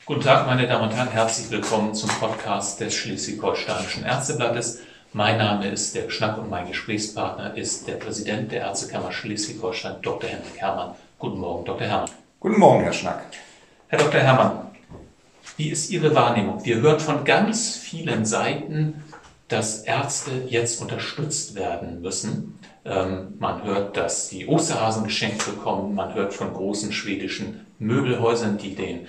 Guten Tag, meine Damen und Herren, herzlich willkommen zum Podcast des Schleswig-Holsteinischen Ärzteblattes. Mein Name ist Dirk Schnack und mein Gesprächspartner ist der Präsident der Ärztekammer Schleswig-Holstein, Dr. Henrik Herrmann. Guten Morgen, Dr. Herrmann. Guten Morgen, Herr Schnack. Herr Dr. Herrmann, wie ist Ihre Wahrnehmung? Wir hören von ganz vielen Seiten, dass Ärzte jetzt unterstützt werden müssen. Man hört, dass die Osterhasen geschenkt bekommen. Man hört von großen schwedischen Möbelhäusern, die den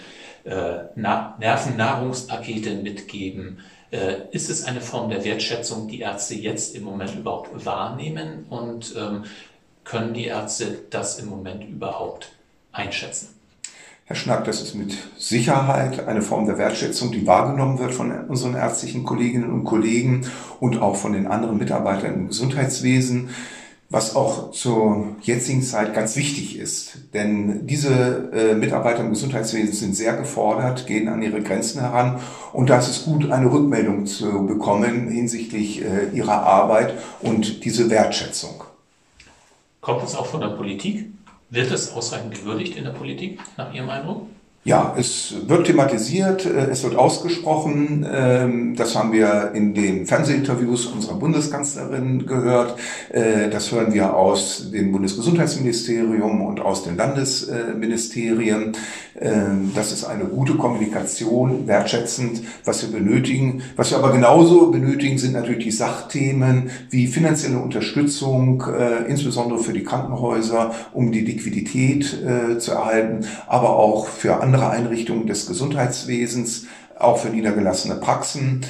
Nervennahrungspakete mitgeben. Ist es eine Form der Wertschätzung, die Ärzte jetzt im Moment überhaupt wahrnehmen? Und können die Ärzte das im Moment überhaupt einschätzen? Herr Schnack, das ist mit Sicherheit eine Form der Wertschätzung, die wahrgenommen wird von unseren ärztlichen Kolleginnen und Kollegen und auch von den anderen Mitarbeitern im Gesundheitswesen, was auch zur jetzigen Zeit ganz wichtig ist. Denn diese Mitarbeiter im Gesundheitswesen sind sehr gefordert, gehen an ihre Grenzen heran und da ist es gut, eine Rückmeldung zu bekommen hinsichtlich ihrer Arbeit und diese Wertschätzung. Kommt es auch von der Politik? Wird es ausreichend gewürdigt in der Politik, nach Ihrem Eindruck? Ja, es wird thematisiert, es wird ausgesprochen. Das haben wir in den Fernsehinterviews unserer Bundeskanzlerin gehört. Das hören wir aus dem Bundesgesundheitsministerium und aus den Landesministerien. Das ist eine gute Kommunikation, wertschätzend, was wir benötigen. Was wir aber genauso benötigen, sind natürlich die Sachthemen wie finanzielle Unterstützung, insbesondere für die Krankenhäuser, um die Liquidität zu erhalten, aber auch für andere Einrichtungen des Gesundheitswesens, auch für niedergelassene Praxen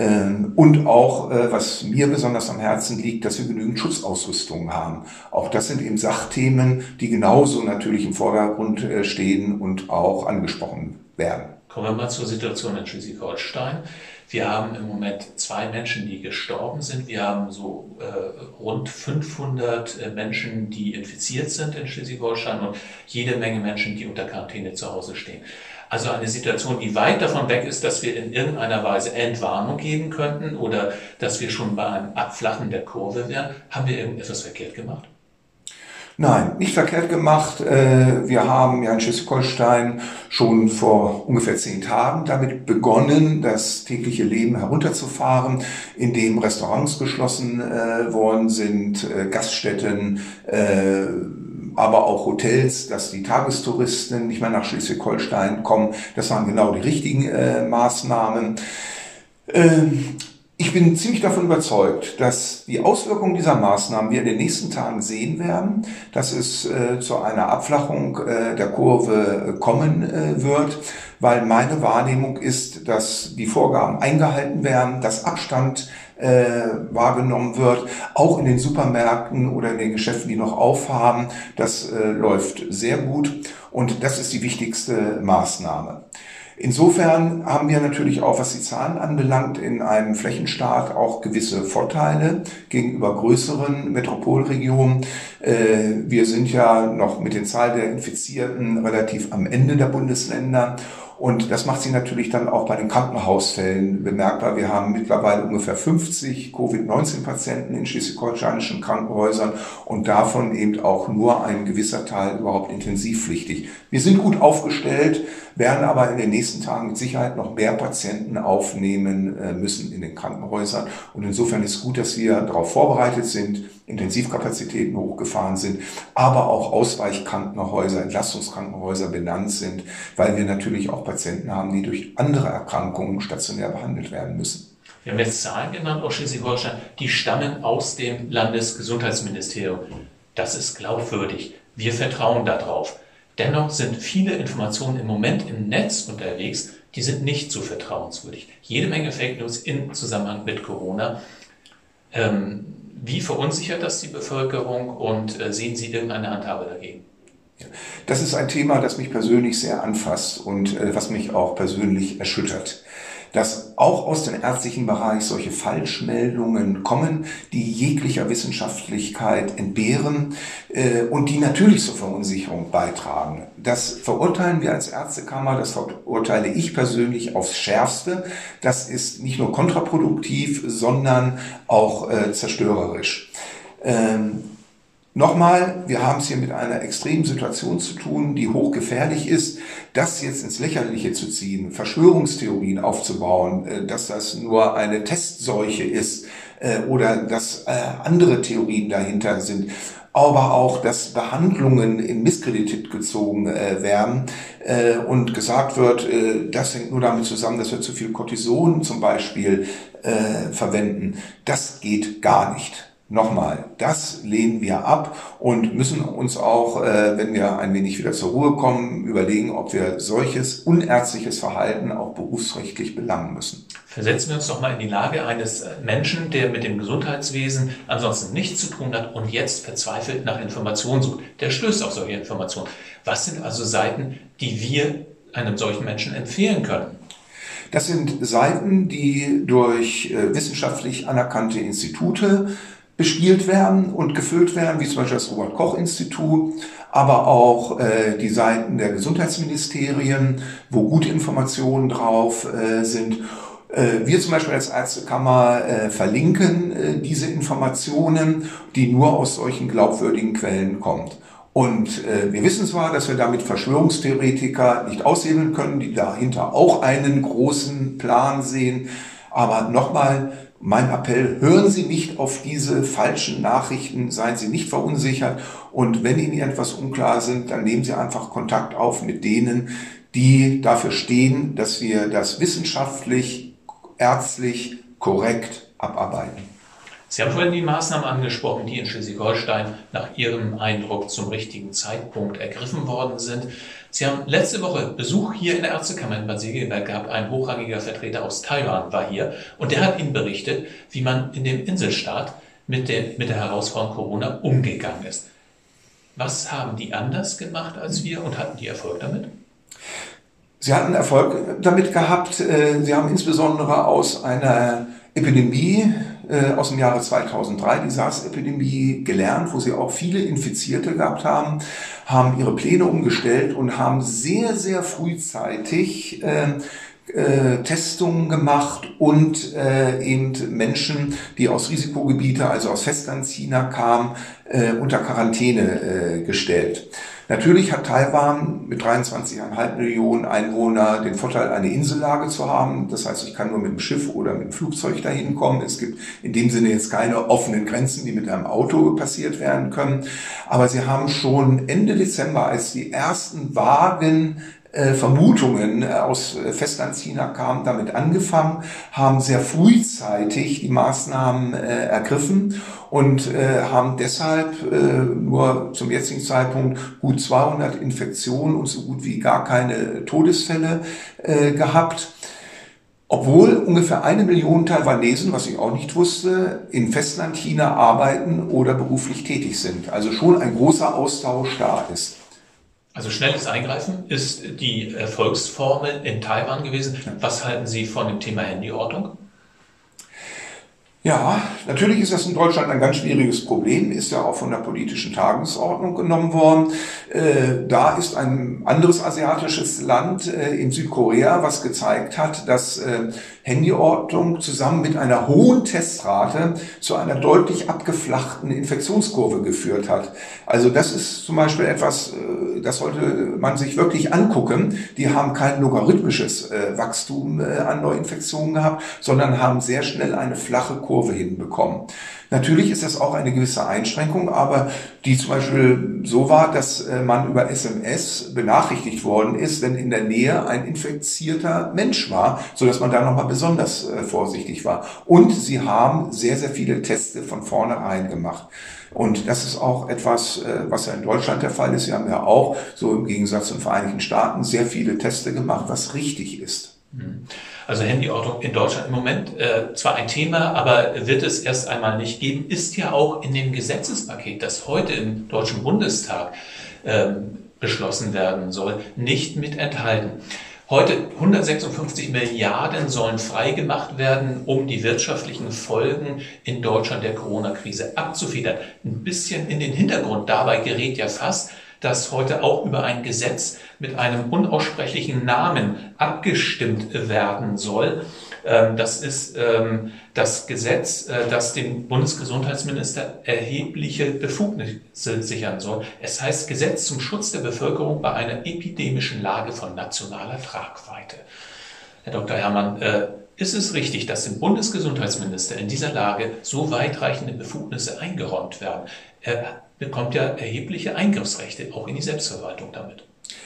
und auch, was mir besonders am Herzen liegt, dass wir genügend Schutzausrüstung haben. Auch das sind eben Sachthemen, die genauso natürlich im Vordergrund stehen und auch angesprochen werden. Kommen wir mal zur Situation in Schleswig-Holstein. Wir haben im Moment 2 Menschen, die gestorben sind. Wir haben so rund 500 Menschen, die infiziert sind in Schleswig-Holstein und jede Menge Menschen, die unter Quarantäne zu Hause stehen. Also eine Situation, die weit davon weg ist, dass wir in irgendeiner Weise Entwarnung geben könnten oder dass wir schon bei einem Abflachen der Kurve wären. Haben wir irgendetwas verkehrt gemacht? Nein, nicht verkehrt gemacht. Wir haben ja in Schleswig-Holstein schon vor ungefähr 10 Tagen damit begonnen, das tägliche Leben herunterzufahren, indem Restaurants geschlossen worden sind, Gaststätten, aber auch Hotels, dass die Tagestouristen nicht mehr nach Schleswig-Holstein kommen. Das waren genau die richtigen Maßnahmen. Ich bin ziemlich davon überzeugt, dass die Auswirkungen dieser Maßnahmen wir in den nächsten Tagen sehen werden, dass es zu einer Abflachung der Kurve kommen wird, weil meine Wahrnehmung ist, dass die Vorgaben eingehalten werden, dass Abstand wahrgenommen wird, auch in den Supermärkten oder in den Geschäften, die noch aufhaben. Das läuft sehr gut und das ist die wichtigste Maßnahme. Insofern haben wir natürlich auch, was die Zahlen anbelangt, in einem Flächenstaat auch gewisse Vorteile gegenüber größeren Metropolregionen. Wir sind ja noch mit den Zahlen der Infizierten relativ am Ende der Bundesländer. Und das macht sich natürlich dann auch bei den Krankenhausfällen bemerkbar. Wir haben mittlerweile ungefähr 50 Covid-19-Patienten in schleswig-holsteinischen Krankenhäusern und davon eben auch nur ein gewisser Teil überhaupt intensivpflichtig. Wir sind gut aufgestellt, werden aber in den nächsten Tagen mit Sicherheit noch mehr Patienten aufnehmen müssen in den Krankenhäusern. Und insofern ist gut, dass wir darauf vorbereitet sind, Intensivkapazitäten hochgefahren sind, aber auch Ausweichkrankenhäuser, Entlastungskrankenhäuser benannt sind, weil wir natürlich auch Patienten haben, die durch andere Erkrankungen stationär behandelt werden müssen. Wir haben jetzt Zahlen genannt aus Schleswig-Holstein, die stammen aus dem Landesgesundheitsministerium. Das ist glaubwürdig. Wir vertrauen darauf. Dennoch sind viele Informationen im Moment im Netz unterwegs, die sind nicht so vertrauenswürdig. Jede Menge Fake News im Zusammenhang mit Corona. Wie verunsichert das die Bevölkerung und sehen Sie irgendeine Handhabe dagegen? Das ist ein Thema, das mich persönlich sehr anfasst und was mich auch persönlich erschüttert. Dass auch aus dem ärztlichen Bereich solche Falschmeldungen kommen, die jeglicher Wissenschaftlichkeit entbehren und die natürlich zur Verunsicherung beitragen. Das verurteilen wir als Ärztekammer, das verurteile ich persönlich aufs Schärfste. Das ist nicht nur kontraproduktiv, sondern auch zerstörerisch. Nochmal, wir haben es hier mit einer extremen Situation zu tun, die hochgefährlich ist. Das jetzt ins Lächerliche zu ziehen, Verschwörungstheorien aufzubauen, dass das nur eine Testseuche ist oder dass andere Theorien dahinter sind, aber auch, dass Behandlungen in Misskredit gezogen werden und gesagt wird, das hängt nur damit zusammen, dass wir zu viel Cortison zum Beispiel verwenden. Das geht gar nicht. Nochmal, das lehnen wir ab und müssen uns auch, wenn wir ein wenig wieder zur Ruhe kommen, überlegen, ob wir solches unärztliches Verhalten auch berufsrechtlich belangen müssen. Versetzen wir uns doch mal in die Lage eines Menschen, der mit dem Gesundheitswesen ansonsten nichts zu tun hat und jetzt verzweifelt nach Informationen sucht. Der stößt auf solche Informationen. Was sind also Seiten, die wir einem solchen Menschen empfehlen können? Das sind Seiten, die durch wissenschaftlich anerkannte Institute bespielt werden und gefüllt werden, wie zum Beispiel das Robert-Koch-Institut, aber auch die Seiten der Gesundheitsministerien, wo gute Informationen drauf sind. Wir zum Beispiel als Ärztekammer verlinken diese Informationen, die nur aus solchen glaubwürdigen Quellen kommt. Und wir wissen zwar, dass wir damit Verschwörungstheoretiker nicht aushebeln können, die dahinter auch einen großen Plan sehen, aber nochmal, mein Appell, hören Sie nicht auf diese falschen Nachrichten, seien Sie nicht verunsichert und wenn Ihnen etwas unklar sind, dann nehmen Sie einfach Kontakt auf mit denen, die dafür stehen, dass wir das wissenschaftlich, ärztlich korrekt abarbeiten. Sie haben vorhin die Maßnahmen angesprochen, die in Schleswig-Holstein nach Ihrem Eindruck zum richtigen Zeitpunkt ergriffen worden sind. Sie haben letzte Woche Besuch hier in der Ärztekammer in Bad Segeberg gehabt. Ein hochrangiger Vertreter aus Taiwan war hier und der hat Ihnen berichtet, wie man in dem Inselstaat mit der Herausforderung Corona umgegangen ist. Was haben die anders gemacht als wir und hatten die Erfolg damit? Sie hatten Erfolg damit gehabt. Sie haben insbesondere aus einer Epidemie aus dem Jahre 2003, die SARS-Epidemie, gelernt, wo sie auch viele Infizierte gehabt haben, haben ihre Pläne umgestellt und haben sehr, sehr frühzeitig Testungen gemacht und eben Menschen, die aus Risikogebiete, also aus Festlandchina kamen, unter Quarantäne gestellt. Natürlich hat Taiwan mit 23,5 Millionen Einwohnern den Vorteil, eine Insellage zu haben. Das heißt, ich kann nur mit dem Schiff oder mit dem Flugzeug dahin kommen. Es gibt in dem Sinne jetzt keine offenen Grenzen, die mit einem Auto passiert werden können. Aber sie haben schon Ende Dezember, als die ersten vagen Vermutungen aus Festlandchina kamen, damit angefangen, haben sehr frühzeitig die Maßnahmen ergriffen und haben deshalb nur zum jetzigen Zeitpunkt gut 200 Infektionen und so gut wie gar keine Todesfälle gehabt. Obwohl ungefähr 1 Million Taiwanesen, was ich auch nicht wusste, in Festlandchina arbeiten oder beruflich tätig sind. Also schon ein großer Austausch da ist. Also schnelles Eingreifen ist die Erfolgsformel in Taiwan gewesen. Was halten Sie von dem Thema Handyortung? Ja, natürlich ist das in Deutschland ein ganz schwieriges Problem, ist ja auch von der politischen Tagesordnung genommen worden. Da ist ein anderes asiatisches Land in Südkorea, was gezeigt hat, dass Handyortung zusammen mit einer hohen Testrate zu einer deutlich abgeflachten Infektionskurve geführt hat. Also das ist zum Beispiel etwas, das sollte man sich wirklich angucken. Die haben kein logarithmisches Wachstum an Neuinfektionen gehabt, sondern haben sehr schnell eine flache Kurve hinbekommen. Natürlich ist das auch eine gewisse Einschränkung, aber die zum Beispiel so war, dass man über SMS benachrichtigt worden ist, wenn in der Nähe ein infizierter Mensch war, so dass man da nochmal besonders vorsichtig war. Und sie haben sehr, sehr viele Tests von vornherein gemacht. Und das ist auch etwas, was ja in Deutschland der Fall ist. Sie haben ja auch, so im Gegensatz zu den Vereinigten Staaten, sehr viele Tests gemacht, was richtig ist. Also Handyortung in Deutschland im Moment zwar ein Thema, aber wird es erst einmal nicht geben, ist ja auch in dem Gesetzespaket, das heute im Deutschen Bundestag beschlossen werden soll, nicht mit enthalten. Heute 156 Milliarden sollen freigemacht werden, um die wirtschaftlichen Folgen in Deutschland der Corona-Krise abzufedern. Ein bisschen in den Hintergrund dabei gerät ja fast, dass heute auch über ein Gesetz mit einem unaussprechlichen Namen abgestimmt werden soll. Das ist das Gesetz, das dem Bundesgesundheitsminister erhebliche Befugnisse sichern soll. Es heißt Gesetz zum Schutz der Bevölkerung bei einer epidemischen Lage von nationaler Tragweite. Herr Dr. Herrmann, ist es richtig, dass dem Bundesgesundheitsminister in dieser Lage so weitreichende Befugnisse eingeräumt werden? Er bekommt ja erhebliche Eingriffsrechte, auch in die Selbstverwaltung damit.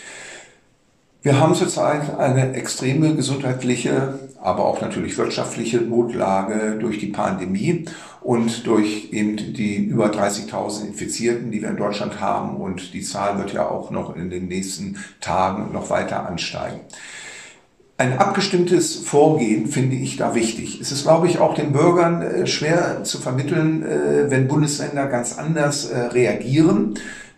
Wir haben zurzeit eine extreme gesundheitliche, aber auch natürlich wirtschaftliche Notlage durch die Pandemie und durch eben die über 30.000 Infizierten, die wir in Deutschland haben. Und die Zahl wird ja auch noch in den nächsten Tagen noch weiter ansteigen. Ein abgestimmtes Vorgehen finde ich da wichtig. Es ist, glaube ich, auch den Bürgern schwer zu vermitteln, wenn Bundesländer ganz anders reagieren.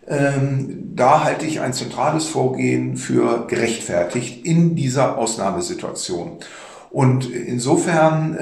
Da halte ich ein zentrales Vorgehen für gerechtfertigt in dieser Ausnahmesituation. Und insofern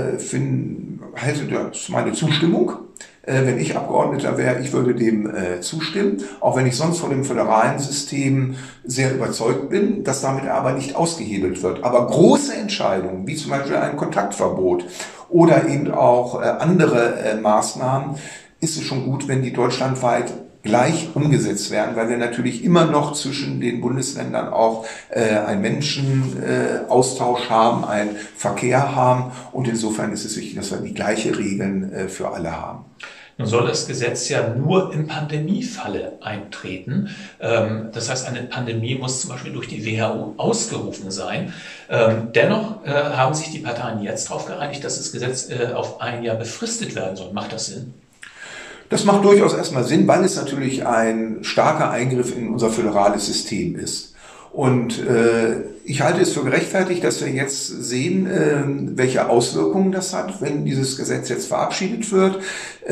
hätte das meine Zustimmung. Wenn ich Abgeordneter wäre, ich würde dem zustimmen, auch wenn ich sonst von dem föderalen System sehr überzeugt bin, dass damit aber nicht ausgehebelt wird. Aber große Entscheidungen, wie zum Beispiel ein Kontaktverbot oder eben auch andere Maßnahmen, ist es schon gut, wenn die deutschlandweit gleich umgesetzt werden, weil wir natürlich immer noch zwischen den Bundesländern auch einen Menschenaustausch haben, einen Verkehr haben und insofern ist es wichtig, dass wir die gleichen Regeln für alle haben. Nun soll das Gesetz ja nur im Pandemiefalle eintreten. Das heißt, eine Pandemie muss zum Beispiel durch die WHO ausgerufen sein. Dennoch haben sich die Parteien jetzt darauf geeinigt, dass das Gesetz auf ein Jahr befristet werden soll. Macht das Sinn? Das macht durchaus erstmal Sinn, weil es natürlich ein starker Eingriff in unser föderales System ist. Und ich halte es für gerechtfertigt, dass wir jetzt sehen, welche Auswirkungen das hat, wenn dieses Gesetz jetzt verabschiedet wird,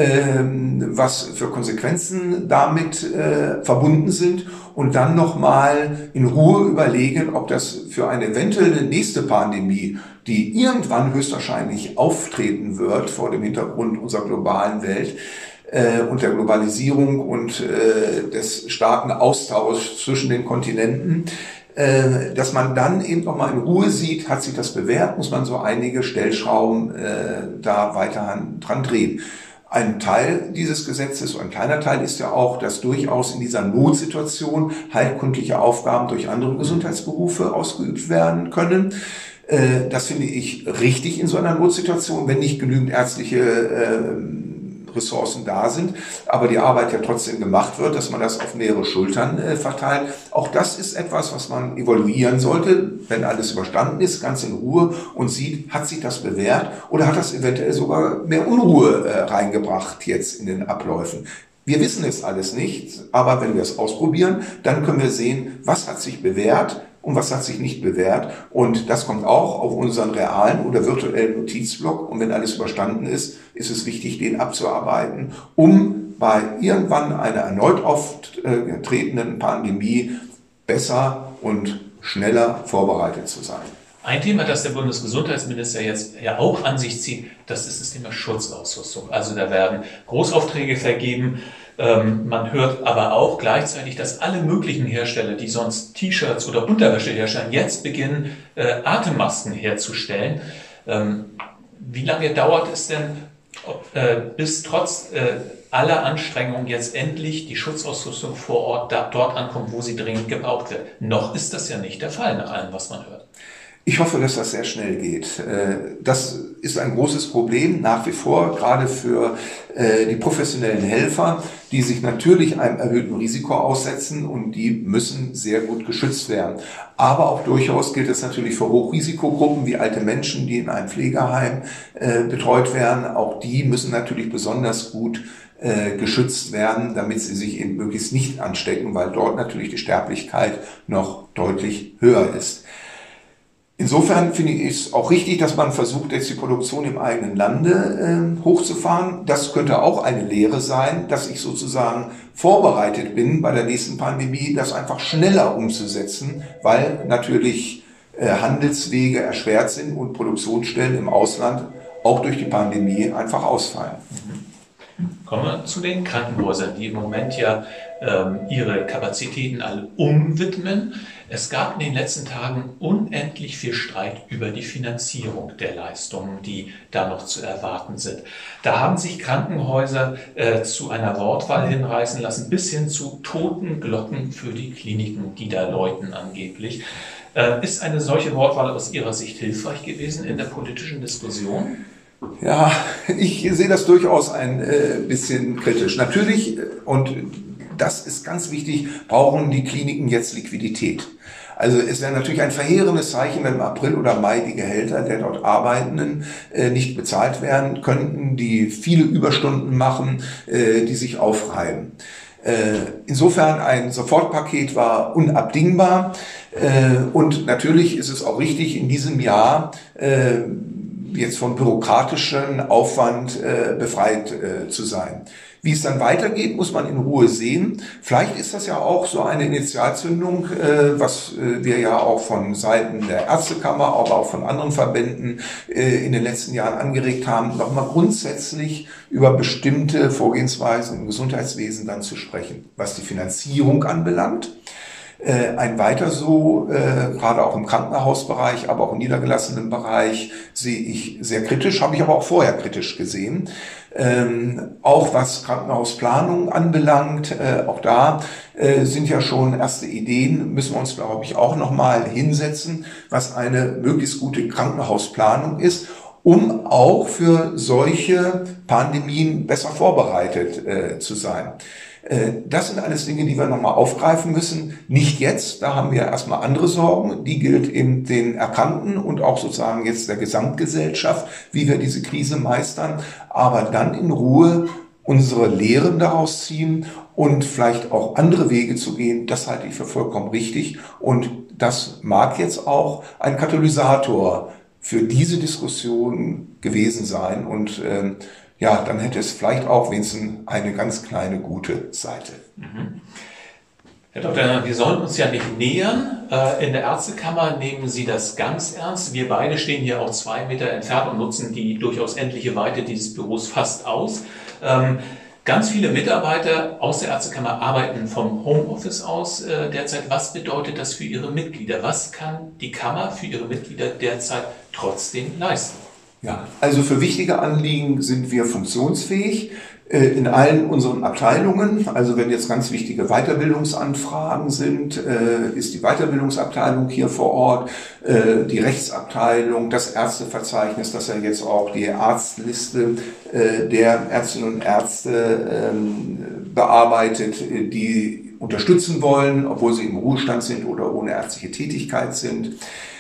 was für Konsequenzen damit verbunden sind und dann nochmal in Ruhe überlegen, ob das für eine eventuelle nächste Pandemie, die irgendwann höchstwahrscheinlich auftreten wird vor dem Hintergrund unserer globalen Welt, und der Globalisierung und des starken Austauschs zwischen den Kontinenten, dass man dann eben nochmal in Ruhe sieht, hat sich das bewährt, muss man so einige Stellschrauben da weiter dran drehen. Ein Teil dieses Gesetzes, ein kleiner Teil ist ja auch, dass durchaus in dieser Notsituation heilkundliche Aufgaben durch andere Gesundheitsberufe ausgeübt werden können. Das finde ich richtig in so einer Notsituation, wenn nicht genügend ärztliche Ressourcen da sind, aber die Arbeit ja trotzdem gemacht wird, dass man das auf mehrere Schultern verteilt. Auch das ist etwas, was man evaluieren sollte, wenn alles überstanden ist, ganz in Ruhe und sieht, hat sich das bewährt oder hat das eventuell sogar mehr Unruhe reingebracht jetzt in den Abläufen. Wir wissen es alles nicht, aber wenn wir es ausprobieren, dann können wir sehen, was hat sich bewährt und was hat sich nicht bewährt. Und das kommt auch auf unseren realen oder virtuellen Notizblock. Und wenn alles überstanden ist, ist es wichtig, den abzuarbeiten, um bei irgendwann einer erneut auftretenden Pandemie besser und schneller vorbereitet zu sein. Ein Thema, das der Bundesgesundheitsminister jetzt ja auch an sich zieht, das ist das Thema Schutzausrüstung. Also da werden Großaufträge vergeben. Man hört aber auch gleichzeitig, dass alle möglichen Hersteller, die sonst T-Shirts oder Unterwäsche herstellen, jetzt beginnen, Atemmasken herzustellen. Wie lange dauert es denn, bis trotz aller Anstrengungen jetzt endlich die Schutzausrüstung vor Ort dort ankommt, wo sie dringend gebraucht wird? Noch ist das ja nicht der Fall, nach allem, was man hört. Ich hoffe, dass das sehr schnell geht. Das ist ein großes Problem nach wie vor, gerade für die professionellen Helfer, die sich natürlich einem erhöhten Risiko aussetzen und die müssen sehr gut geschützt werden. Aber auch durchaus gilt es natürlich für Hochrisikogruppen wie alte Menschen, die in einem Pflegeheim betreut werden. Auch die müssen natürlich besonders gut geschützt werden, damit sie sich eben möglichst nicht anstecken, weil dort natürlich die Sterblichkeit noch deutlich höher ist. Insofern finde ich es auch richtig, dass man versucht, jetzt die Produktion im eigenen Lande hochzufahren. Das könnte auch eine Lehre sein, dass ich sozusagen vorbereitet bin, bei der nächsten Pandemie das einfach schneller umzusetzen, weil natürlich Handelswege erschwert sind und Produktionsstellen im Ausland auch durch die Pandemie einfach ausfallen. Kommen wir zu den Krankenhäusern, die im Moment ja ihre Kapazitäten alle umwidmen. Es gab in den letzten Tagen unendlich viel Streit über die Finanzierung der Leistungen, die da noch zu erwarten sind. Da haben sich Krankenhäuser zu einer Wortwahl hinreißen lassen, bis hin zu toten Glocken für die Kliniken, die da läuten angeblich. Ist eine solche Wortwahl aus Ihrer Sicht hilfreich gewesen in der politischen Diskussion? Ja, ich sehe das durchaus ein bisschen kritisch. Natürlich, und das ist ganz wichtig, brauchen die Kliniken jetzt Liquidität. Also es wäre natürlich ein verheerendes Zeichen, wenn im April oder Mai die Gehälter der dort Arbeitenden nicht bezahlt werden könnten, die viele Überstunden machen, die sich aufreiben. Insofern ein Sofortpaket war unabdingbar und natürlich ist es auch richtig, in diesem Jahr jetzt von bürokratischem Aufwand befreit zu sein. Wie es dann weitergeht, muss man in Ruhe sehen. Vielleicht ist das ja auch so eine Initialzündung, was wir ja auch von Seiten der Ärztekammer, aber auch von anderen Verbänden in den letzten Jahren angeregt haben, nochmal grundsätzlich über bestimmte Vorgehensweisen im Gesundheitswesen dann zu sprechen. Was die Finanzierung anbelangt, ein weiter so, gerade auch im Krankenhausbereich, aber auch im niedergelassenen Bereich, sehe ich sehr kritisch, habe ich aber auch vorher kritisch gesehen. Auch was Krankenhausplanung anbelangt, auch da sind ja schon erste Ideen, müssen wir uns, glaube ich, auch nochmal hinsetzen, was eine möglichst gute Krankenhausplanung ist, um auch für solche Pandemien besser vorbereitet zu sein. Das sind alles Dinge, die wir nochmal aufgreifen müssen. Nicht jetzt, da haben wir erstmal andere Sorgen. Die gilt eben den Erkrankten und auch sozusagen jetzt der Gesamtgesellschaft, wie wir diese Krise meistern. Aber dann in Ruhe unsere Lehren daraus ziehen und vielleicht auch andere Wege zu gehen, das halte ich für vollkommen richtig. Und das mag jetzt auch ein Katalysator für diese Diskussion gewesen sein. Und ja, dann hätte es vielleicht auch wenigstens eine ganz kleine gute Seite. Mhm. Herr Dr. Wir sollen uns ja nicht nähern. In der Ärztekammer nehmen Sie das ganz ernst. Wir beide stehen hier auch 2 Meter entfernt und nutzen die durchaus endliche Weite dieses Büros fast aus. Ganz viele Mitarbeiter aus der Ärztekammer arbeiten vom Homeoffice aus derzeit. Was bedeutet das für Ihre Mitglieder? Was kann die Kammer für ihre Mitglieder derzeit trotzdem leisten? Ja, also für wichtige Anliegen sind wir funktionsfähig in allen unseren Abteilungen. Also wenn jetzt ganz wichtige Weiterbildungsanfragen sind, ist die Weiterbildungsabteilung hier vor Ort, die Rechtsabteilung, das Ärzteverzeichnis, das ja jetzt auch die Arztliste der Ärztinnen und Ärzte bearbeitet, die unterstützen wollen, obwohl sie im Ruhestand sind oder ohne ärztliche Tätigkeit sind.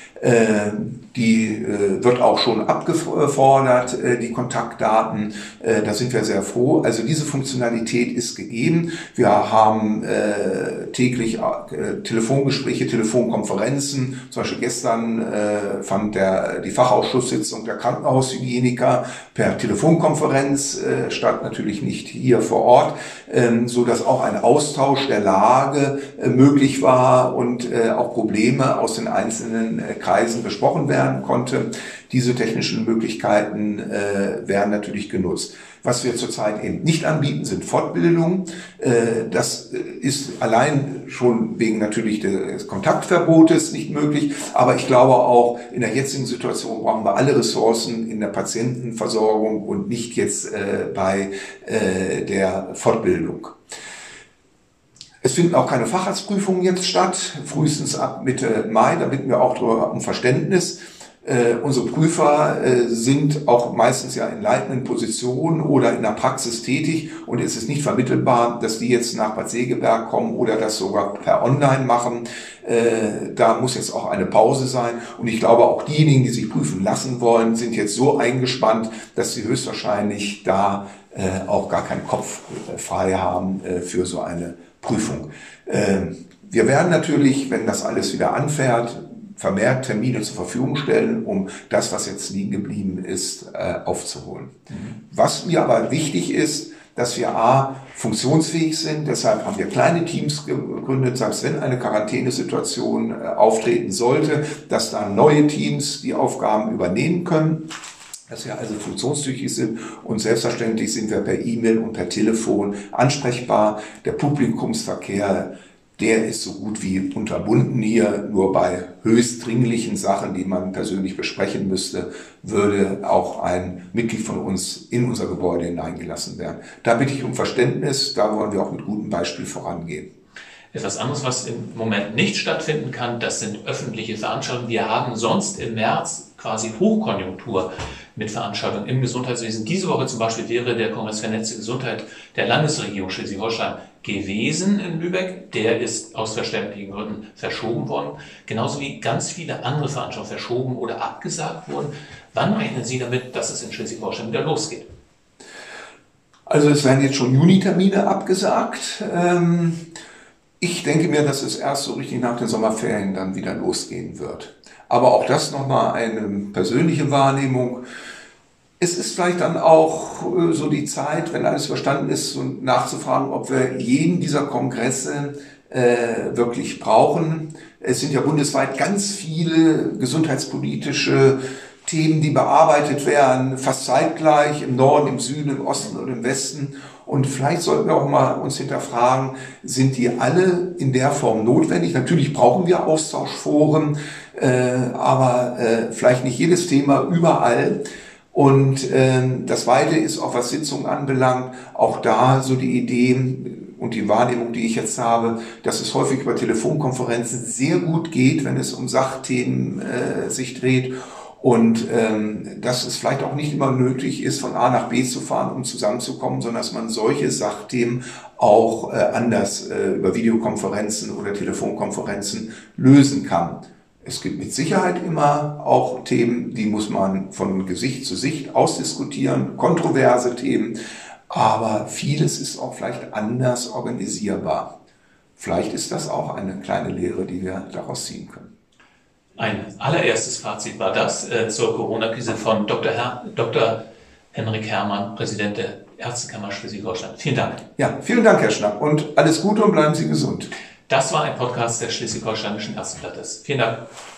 Die wird auch schon abgefordert, die Kontaktdaten. Da sind wir sehr froh. Also diese Funktionalität ist gegeben. Wir haben täglich Telefongespräche, Telefonkonferenzen. Zum Beispiel gestern fand die Fachausschusssitzung der Krankenhaushygieniker per Telefonkonferenz statt, natürlich nicht hier vor Ort, so dass auch ein Austausch der Lage möglich war und auch Probleme aus den einzelnen Kreisen besprochen werden konnte. Diese technischen Möglichkeiten werden natürlich genutzt. Was wir zurzeit eben nicht anbieten, sind Fortbildungen. Das ist allein schon wegen natürlich des Kontaktverbotes nicht möglich. Aber ich glaube auch, in der jetzigen Situation brauchen wir alle Ressourcen in der Patientenversorgung und nicht jetzt bei der Fortbildung. Es finden auch keine Facharztprüfungen jetzt statt, frühestens ab Mitte Mai. Da bitten wir auch um Verständnis. Unsere Prüfer sind auch meistens ja in leitenden Positionen oder in der Praxis tätig und es ist nicht vermittelbar, dass die jetzt nach Bad Segeberg kommen oder das sogar per Online machen. Da muss jetzt auch eine Pause sein und ich glaube auch diejenigen, die sich prüfen lassen wollen, sind jetzt so eingespannt, dass sie höchstwahrscheinlich da auch gar keinen Kopf frei haben für so eine Prüfung. Wir werden natürlich, wenn das alles wieder anfährt, vermehrt Termine zur Verfügung stellen, um das, was jetzt liegen geblieben ist, aufzuholen. Was mir aber wichtig ist, dass wir funktionsfähig sind. Deshalb haben wir kleine Teams gegründet, selbst wenn eine Quarantänesituation auftreten sollte, dass da neue Teams die Aufgaben übernehmen können. dass wir also funktionstüchtig sind und selbstverständlich sind wir per E-Mail und per Telefon ansprechbar. Der Publikumsverkehr, der ist so gut wie unterbunden hier. Nur bei höchst dringlichen Sachen, die man persönlich besprechen müsste, würde auch ein Mitglied von uns in unser Gebäude hineingelassen werden. Da bitte ich um Verständnis, da wollen wir auch mit gutem Beispiel vorangehen. Etwas anderes, was im Moment nicht stattfinden kann, das sind öffentliche Veranstaltungen. Wir haben sonst im März quasi Hochkonjunktur mit Veranstaltungen im Gesundheitswesen. Diese Woche zum Beispiel wäre der Kongress Vernetzte Gesundheit der Landesregierung Schleswig-Holstein gewesen in Lübeck. Der ist aus verständlichen Gründen verschoben worden. Genauso wie ganz viele andere Veranstaltungen verschoben oder abgesagt wurden. Wann rechnen Sie damit, dass es in Schleswig-Holstein wieder losgeht? Also es werden jetzt schon Juni-Termine abgesagt. Ich denke mir, dass es erst so richtig nach den Sommerferien dann wieder losgehen wird. Aber auch das nochmal eine persönliche Wahrnehmung. Es ist vielleicht dann auch so die Zeit, wenn alles verstanden ist, und nachzufragen, ob wir jeden dieser Kongresse wirklich brauchen. Es sind ja bundesweit ganz viele gesundheitspolitische Themen, die bearbeitet werden, fast zeitgleich im Norden, im Süden, im Osten und im Westen. Und vielleicht sollten wir auch mal uns hinterfragen, sind die alle in der Form notwendig? Natürlich brauchen wir Austauschforen, aber vielleicht nicht jedes Thema überall. Und das Zweite ist auch, was Sitzungen anbelangt, auch da so die Idee und die Wahrnehmung, die ich jetzt habe, dass es häufig über Telefonkonferenzen sehr gut geht, wenn es um Sachthemen sich dreht. Und dass es vielleicht auch nicht immer nötig ist, von A nach B zu fahren, um zusammenzukommen, sondern dass man solche Sachthemen auch anders über Videokonferenzen oder Telefonkonferenzen lösen kann. Es gibt mit Sicherheit immer auch Themen, die muss man von Gesicht zu Sicht ausdiskutieren, kontroverse Themen, aber vieles ist auch vielleicht anders organisierbar. Vielleicht ist das auch eine kleine Lehre, die wir daraus ziehen können. Ein allererstes Fazit war das zur Corona-Krise von Dr. Henrik Herrmann, Präsident der Ärztekammer Schleswig-Holstein. Vielen Dank. Ja, vielen Dank, Herr Schnapp, und alles Gute und bleiben Sie gesund. Das war ein Podcast des Schleswig-Holsteinischen Ärzteblattes. Vielen Dank.